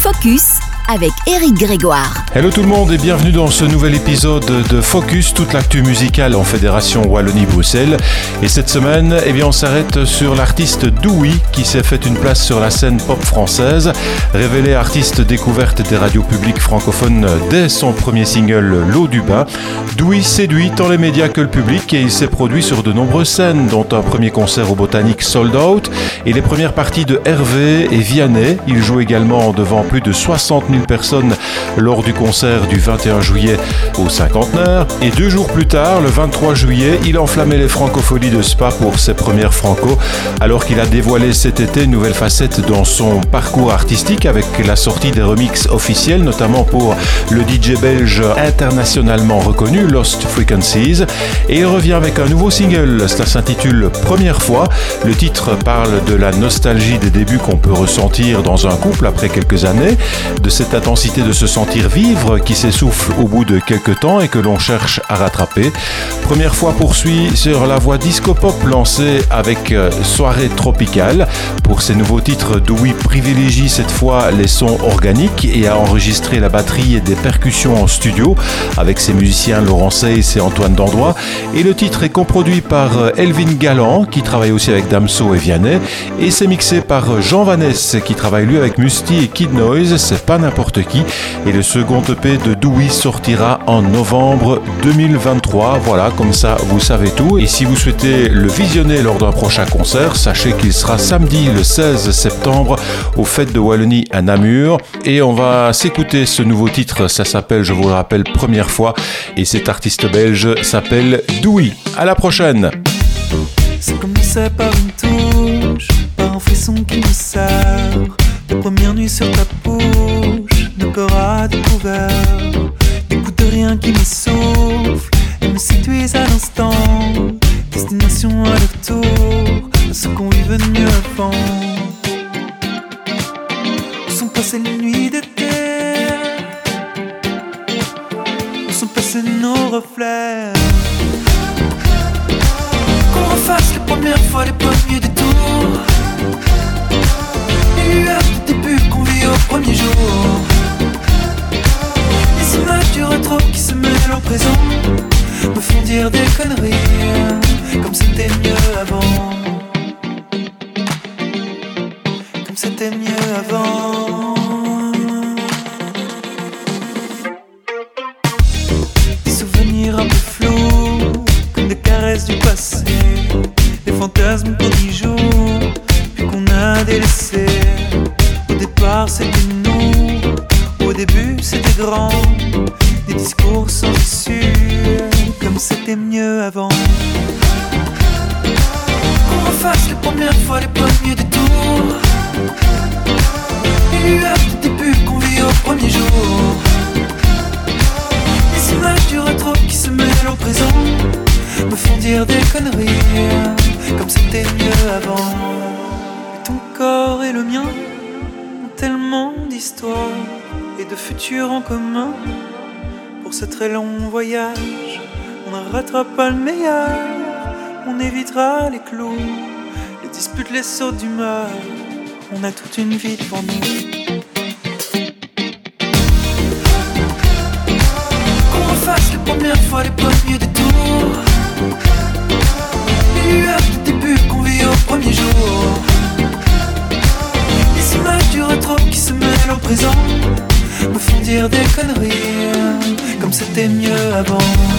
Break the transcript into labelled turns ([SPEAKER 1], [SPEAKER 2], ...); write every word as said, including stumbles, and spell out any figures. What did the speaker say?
[SPEAKER 1] Focus avec Éric Grégoire.
[SPEAKER 2] Hello tout le monde et bienvenue dans ce nouvel épisode de Focus, toute l'actu musicale en Fédération Wallonie-Bruxelles. Et cette semaine, eh bien, on s'arrête sur l'artiste Doui qui s'est fait une place sur la scène pop française. Révélé artiste découverte des radios publiques francophones dès son premier single L'eau du bain, Doui séduit tant les médias que le public et il s'est produit sur de nombreuses scènes, dont un premier concert au Botanique sold out et les premières parties de Hervé et Vianney. Il joue également devant plus de soixante mille personnes lors du concert du vingt et un juillet au Cinquantenaire. Et deux jours plus tard, le vingt-trois juillet, il enflammait les francopholies de Spa pour ses premières franco, alors qu'il a dévoilé cet été une nouvelle facette dans son parcours artistique avec la sortie des remixes officiels, notamment pour le D J belge internationalement reconnu Lost Frequencies. Et il revient avec un nouveau single, cela s'intitule Première fois. Le titre parle de la nostalgie des débuts qu'on peut ressentir dans un couple après quelques années, de cette intensité de se sentir vivre qui s'essouffle au bout de quelques temps et que l'on cherche à rattraper. Première fois poursuit sur la voie disco-pop lancée avec Soirée tropicale. Pour ses nouveaux titres, Doui privilégie cette fois les sons organiques et a enregistré la batterie et des percussions en studio avec ses musiciens Laurent Seyss et Antoine Dandois. Et le titre est coproduit par Elvin Galland qui travaille aussi avec Damso et Vianney et c'est mixé par Jean Vaness qui travaille lui avec Musti et Kid Noise. C'est pas n'importe qui. Et le second E P de Doui sortira en novembre deux mille vingt-trois. Voilà, comme ça vous savez tout. Et si vous souhaitez le visionner lors d'un prochain concert, sachez qu'il sera samedi le seize septembre aux Fêtes de Wallonie à Namur. Et on va s'écouter ce nouveau titre. Ça s'appelle, je vous le rappelle, Première fois. Et cet artiste belge s'appelle Doui. À la prochaine.
[SPEAKER 3] C'est commencé par une touche, par un frisson qui me serre. La première nuit sur ta bouche, nos corps à découvert. Des coups de rien qui m'essoufflent et me séduisent à l'instant. Destination à leur tour, à ce qu'on vivait de mieux avant. Où sont passées les nuits d'été? Où sont passés nos reflets? Qu'on refasse les premières fois, les premiers détours. Les lueurs du début qu'on vit au premier jour. Les images du rétro qui se mêlent au présent me font dire des conneries, comme c'était mieux avant. Comme c'était mieux avant. Des souvenirs un peu flous, comme des caresses du passé. Des fantasmes qu'on y joue, puis qu'on a délaissés. Au départ c'était nous, au début c'était grand. Des discours sans issue, comme c'était mieux avant. Qu'on refasse les premières fois, les premiers détours. Les lueurs du début qu'on vit au premier jour. Les images du rétro qui se mêlent au présent me font dire des conneries, comme c'était mieux avant. Et ton corps et le mien ont tellement d'histoires et de futurs en commun. Pour ce très long voyage, on n'arrêtera pas le meilleur. On évitera les clous, les disputes, les sauts d'humeur. On a toute une vie devant nous. Qu'on refasse les premières fois, les premiers détours. Les lueurs du début qu'on vit au premier jour. Les images du rétro qui se mêlent au présent me font dire des conneries, comme c'était mieux avant.